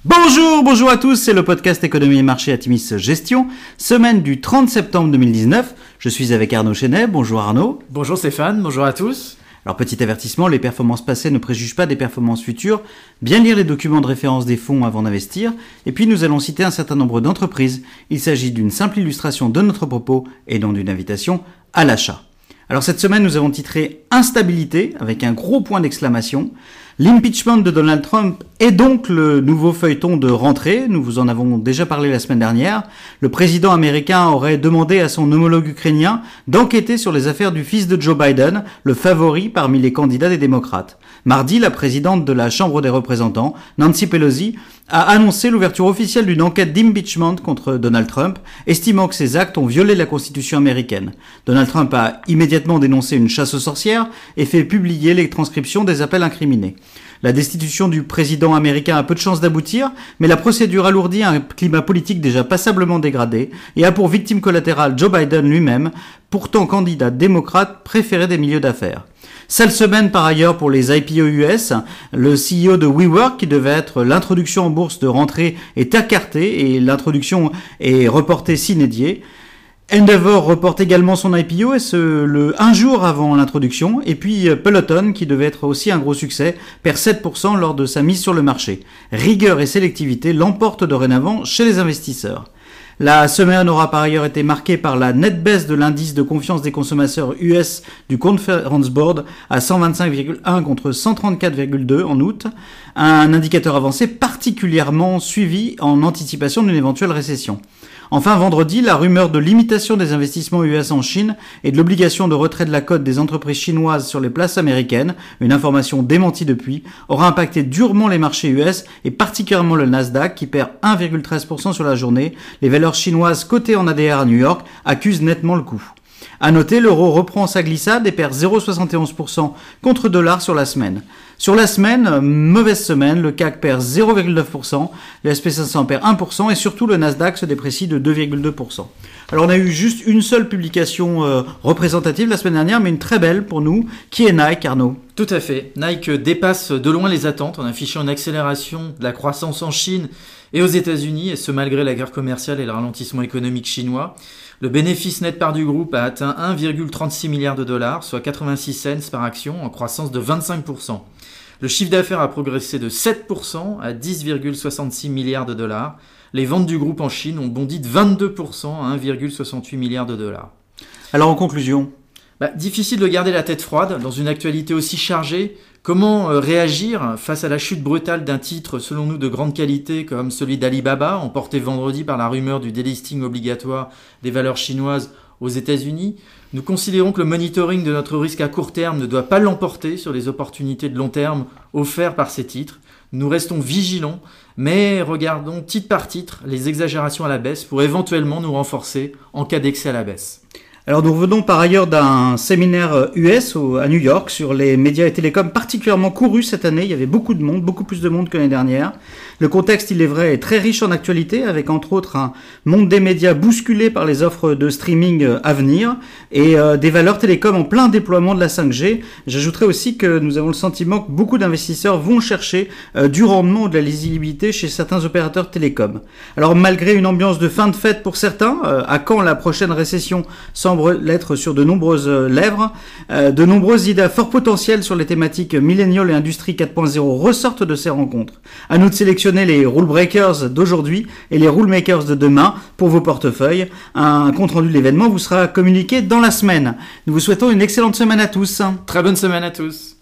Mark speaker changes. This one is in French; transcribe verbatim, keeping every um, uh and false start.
Speaker 1: Bonjour, bonjour à tous, c'est le podcast Économie et Marché Atimis Gestion, semaine du trente septembre deux mille dix-neuf. Je suis avec Arnaud Chenet. Bonjour Arnaud.
Speaker 2: Bonjour Stéphane, bonjour à tous.
Speaker 1: Alors petit avertissement, les performances passées ne préjugent pas des performances futures. Bien lire les documents de référence des fonds avant d'investir. Et puis nous allons citer un certain nombre d'entreprises. Il s'agit d'une simple illustration de notre propos et non d'une invitation à l'achat. Alors cette semaine, nous avons titré « Instabilité » avec un gros point d'exclamation. L'impeachment de Donald Trump est donc le nouveau feuilleton de rentrée. Nous vous en avons déjà parlé la semaine dernière. Le président américain aurait demandé à son homologue ukrainien d'enquêter sur les affaires du fils de Joe Biden, le favori parmi les candidats des démocrates. Mardi, la présidente de la Chambre des représentants, Nancy Pelosi, a annoncé l'ouverture officielle d'une enquête d'impeachment contre Donald Trump, estimant que ces actes ont violé la Constitution américaine. Donald Trump a immédiatement dénoncé une chasse aux sorcières et fait publier les transcriptions des appels incriminés. La destitution du président américain a peu de chances d'aboutir, mais la procédure alourdit un climat politique déjà passablement dégradé et a pour victime collatérale Joe Biden lui-même, pourtant candidat démocrate préféré des milieux d'affaires. Sale semaine par ailleurs pour les I P O U S. Le C E O de WeWork, qui devait être l'introduction en bourse de rentrée, est écarté et l'introduction est reportée sine die. Endeavor reporte également son I P O et ce, le un jour avant l'introduction. Et puis Peloton, qui devait être aussi un gros succès, perd sept pour cent lors de sa mise sur le marché. Rigueur et sélectivité l'emportent dorénavant chez les investisseurs. La semaine aura par ailleurs été marquée par la nette baisse de l'indice de confiance des consommateurs U S du Conference Board à cent vingt-cinq virgule un contre cent trente-quatre virgule deux en août, un indicateur avancé particulièrement suivi en anticipation d'une éventuelle récession. Enfin, vendredi, la rumeur de limitation des investissements U S en Chine et de l'obligation de retrait de la cote des entreprises chinoises sur les places américaines, une information démentie depuis, aura impacté durement les marchés U S et particulièrement le Nasdaq qui perd un virgule treize pour cent sur la journée. Les valeurs chinoises cotées en A D R à New York accusent nettement le coup. À noter, l'euro reprend sa glissade et perd zéro virgule soixante et onze pour cent contre dollar sur la semaine. Sur la semaine, mauvaise semaine, le C A C perd zéro virgule neuf pour cent, le S and P cinq cents perd un pour cent et surtout le Nasdaq se déprécie de deux virgule deux pour cent. Alors on a eu juste une seule publication euh, représentative la semaine dernière, mais une très belle pour nous, qui est Nike, Arnaud.
Speaker 2: Tout à fait. Nike dépasse de loin les attentes en affichant une accélération de la croissance en Chine et aux États-Unis, et ce malgré la guerre commerciale et le ralentissement économique chinois. Le bénéfice net part du groupe a atteint un virgule trente-six milliard de dollars, soit quatre-vingt-six cents par action, en croissance de vingt-cinq pour cent. Le chiffre d'affaires a progressé de sept pour cent à dix virgule soixante-six milliards de dollars. Les ventes du groupe en Chine ont bondi de vingt-deux pour cent à un virgule soixante-huit milliards de dollars.
Speaker 1: Alors en conclusion,
Speaker 2: bah, difficile de garder la tête froide dans une actualité aussi chargée. Comment euh, réagir face à la chute brutale d'un titre selon nous de grande qualité comme celui d'Alibaba, emporté vendredi par la rumeur du délisting obligatoire des valeurs chinoises aux États-Unis? Nous considérons que le monitoring de notre risque à court terme ne doit pas l'emporter sur les opportunités de long terme offertes par ces titres. Nous restons vigilants, mais regardons titre par titre les exagérations à la baisse pour éventuellement nous renforcer en cas d'excès à la baisse.
Speaker 1: Alors nous revenons par ailleurs d'un séminaire U S à New York sur les médias et télécoms particulièrement courus cette année. Il y avait beaucoup de monde, beaucoup plus de monde que l'année dernière. Le contexte, il est vrai, est très riche en actualité, avec entre autres un monde des médias bousculé par les offres de streaming à venir et euh, des valeurs télécoms en plein déploiement de la cinq G. J'ajouterais aussi que nous avons le sentiment que beaucoup d'investisseurs vont chercher euh, du rendement ou de la lisibilité chez certains opérateurs télécoms. Alors malgré une ambiance de fin de fête pour certains, euh, à quand la prochaine récession semble l'être sur de nombreuses lèvres, euh, de nombreuses idées fort potentielles sur les thématiques millennial et industrie quatre point zéro ressortent de ces rencontres. À nous de sélectionner les rule breakers d'aujourd'hui et les rule makers de demain pour vos portefeuilles. Un compte rendu de l'événement vous sera communiqué dans la semaine. Nous vous souhaitons une excellente semaine à tous.
Speaker 2: Très bonne semaine à tous.